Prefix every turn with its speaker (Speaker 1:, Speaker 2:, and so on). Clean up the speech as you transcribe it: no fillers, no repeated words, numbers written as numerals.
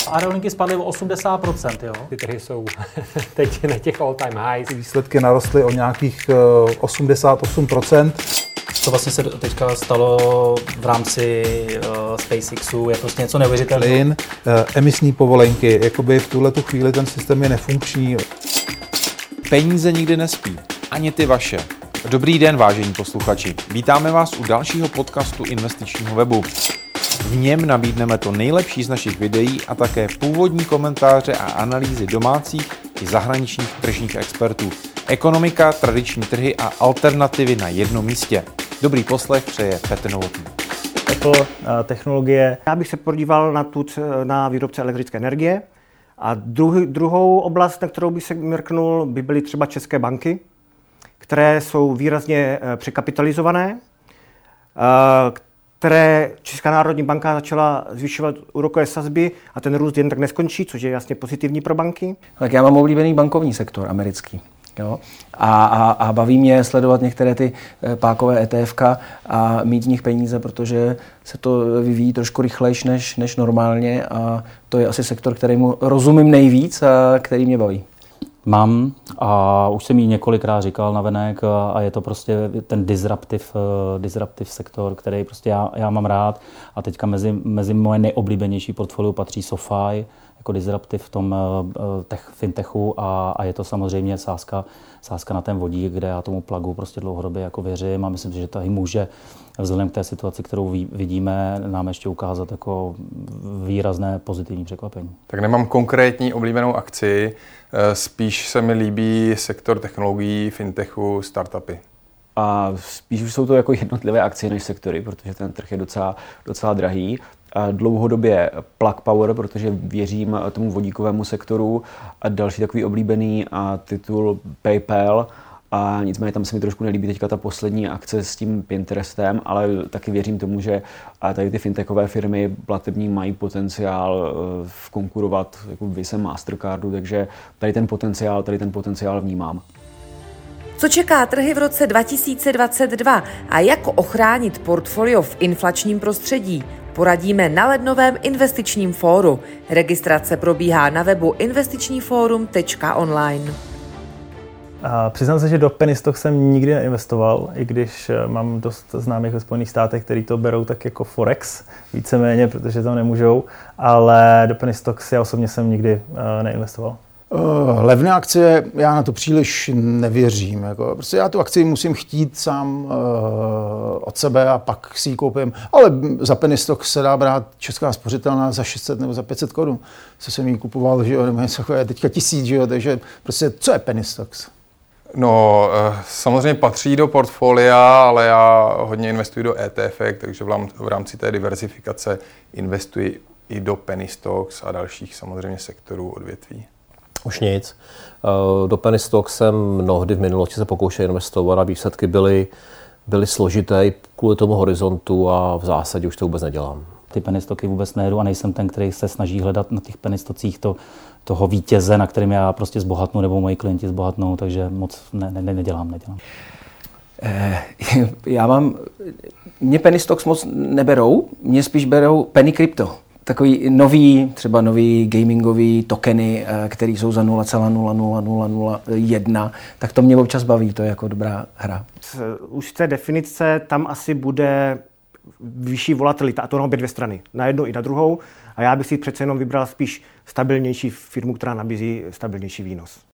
Speaker 1: Aerolinky spadly o 80%, jo.
Speaker 2: Ty trhy jsou teď na těch all-time highs.
Speaker 3: Výsledky narostly o nějakých 88%.
Speaker 1: Co vlastně se teďka stalo v rámci SpaceXu, je prostě něco neuvěřitelného.
Speaker 3: Plyn, emisní povolenky, jakoby v tuhletu chvíli ten systém je nefunkční.
Speaker 4: Peníze nikdy nespí, ani ty vaše. Dobrý den, vážení posluchači. Vítáme vás u dalšího podcastu investičního webu. V něm nabídneme to nejlepší z našich videí a také původní komentáře a analýzy domácích i zahraničních tržních expertů. Ekonomika, tradiční trhy a alternativy na jednom místě. Dobrý poslech přeje Petr Novotný.
Speaker 5: Apple, technologie. Já bych se podíval na výrobce elektrické energie. A druhou oblast, na kterou bych se mrknul, by byly třeba české banky, které jsou výrazně překapitalizované, které Česká národní banka začala zvyšovat úrokové sazby a ten růst jen tak neskončí, což je jasně pozitivní pro banky.
Speaker 6: Tak já mám oblíbený bankovní sektor americký. Jo? A baví mě sledovat některé ty pákové ETFka a mít z nich peníze, protože se to vyvíjí trošku rychlejš než normálně a to je asi sektor, kterému rozumím nejvíc a který mě baví.
Speaker 1: Mám a už jsem jí několikrát říkal navenek a je to prostě ten disruptive sektor, který prostě já mám rád a teďka mezi moje nejoblíbenější portfolio patří SoFi jako disruptive v tom fintechu a je to samozřejmě sázka na ten vodík, kde já tomu plugu prostě dlouhodobě jako věřím a myslím si, že tady může vzhledem k té situaci, kterou vidíme, nám ještě ukázat jako výrazné pozitivní překvapení.
Speaker 7: Tak nemám konkrétní oblíbenou akci, spíš se mi líbí sektor technologií, fintechu, startupy.
Speaker 8: A spíš už jsou to jako jednotlivé akcie než sektory, protože ten trh je docela drahý. A dlouhodobě Plug Power, protože věřím tomu vodíkovému sektoru a další takový oblíbený titul PayPal. A nicméně tam se mi trošku nelíbí teďka ta poslední akce s tím Pinterestem, ale taky věřím tomu, že tady ty fintechové firmy platební mají potenciál konkurovat jako Visa, Mastercardu, takže tady ten potenciál vnímám.
Speaker 9: Co čeká trhy v roce 2022 a jak ochránit portfolio v inflačním prostředí? Poradíme na lednovém investičním fóru. Registrace probíhá na webu investičniforum.online.
Speaker 10: Přiznám se, že do penny stock jsem nikdy neinvestoval, i když mám dost známých ve Spojených státech, kteří to berou tak jako forex, víceméně, protože to nemůžou, ale do penny stocks já osobně jsem nikdy neinvestoval.
Speaker 3: Levné akcie, já na to příliš nevěřím. Jako. Prostě já tu akci musím chtít sám od sebe a pak si ji koupím. Ale za penny stock se dá brát Česká spořitelná za 600 nebo za 500 korun. Co jsem jí kupoval, že jo, nebo něco takové, teďka 1000, že jo, takže prostě co je penny stocks?
Speaker 7: No, samozřejmě patří do portfolia, ale já hodně investuji do ETF, takže v rámci té diversifikace investuji i do penny stocks a dalších samozřejmě sektorů odvětví.
Speaker 2: Už nic. Do penny stock jsem mnohdy v minulosti se pokoušel investovat a výsledky byly složité kvůli tomu horizontu a v zásadě už to vůbec nedělám.
Speaker 1: Ty penny stocky vůbec nejedu a nejsem ten, který se snaží hledat na těch penny stocích toho vítěze, na kterým já prostě zbohatnu nebo moji klienti zbohatnou, takže moc nedělám.
Speaker 6: Mě penny stocks moc neberou, mě spíš berou penny crypto. Takový třeba nový gamingový tokeny, které jsou za 0,00001, tak to mě občas baví, to je jako dobrá hra.
Speaker 5: Už z té definice tam asi bude vyšší volatilita, a to na obě dvě strany, na jednu i na druhou. A já bych si přece jenom vybral spíš stabilnější firmu, která nabízí stabilnější výnos.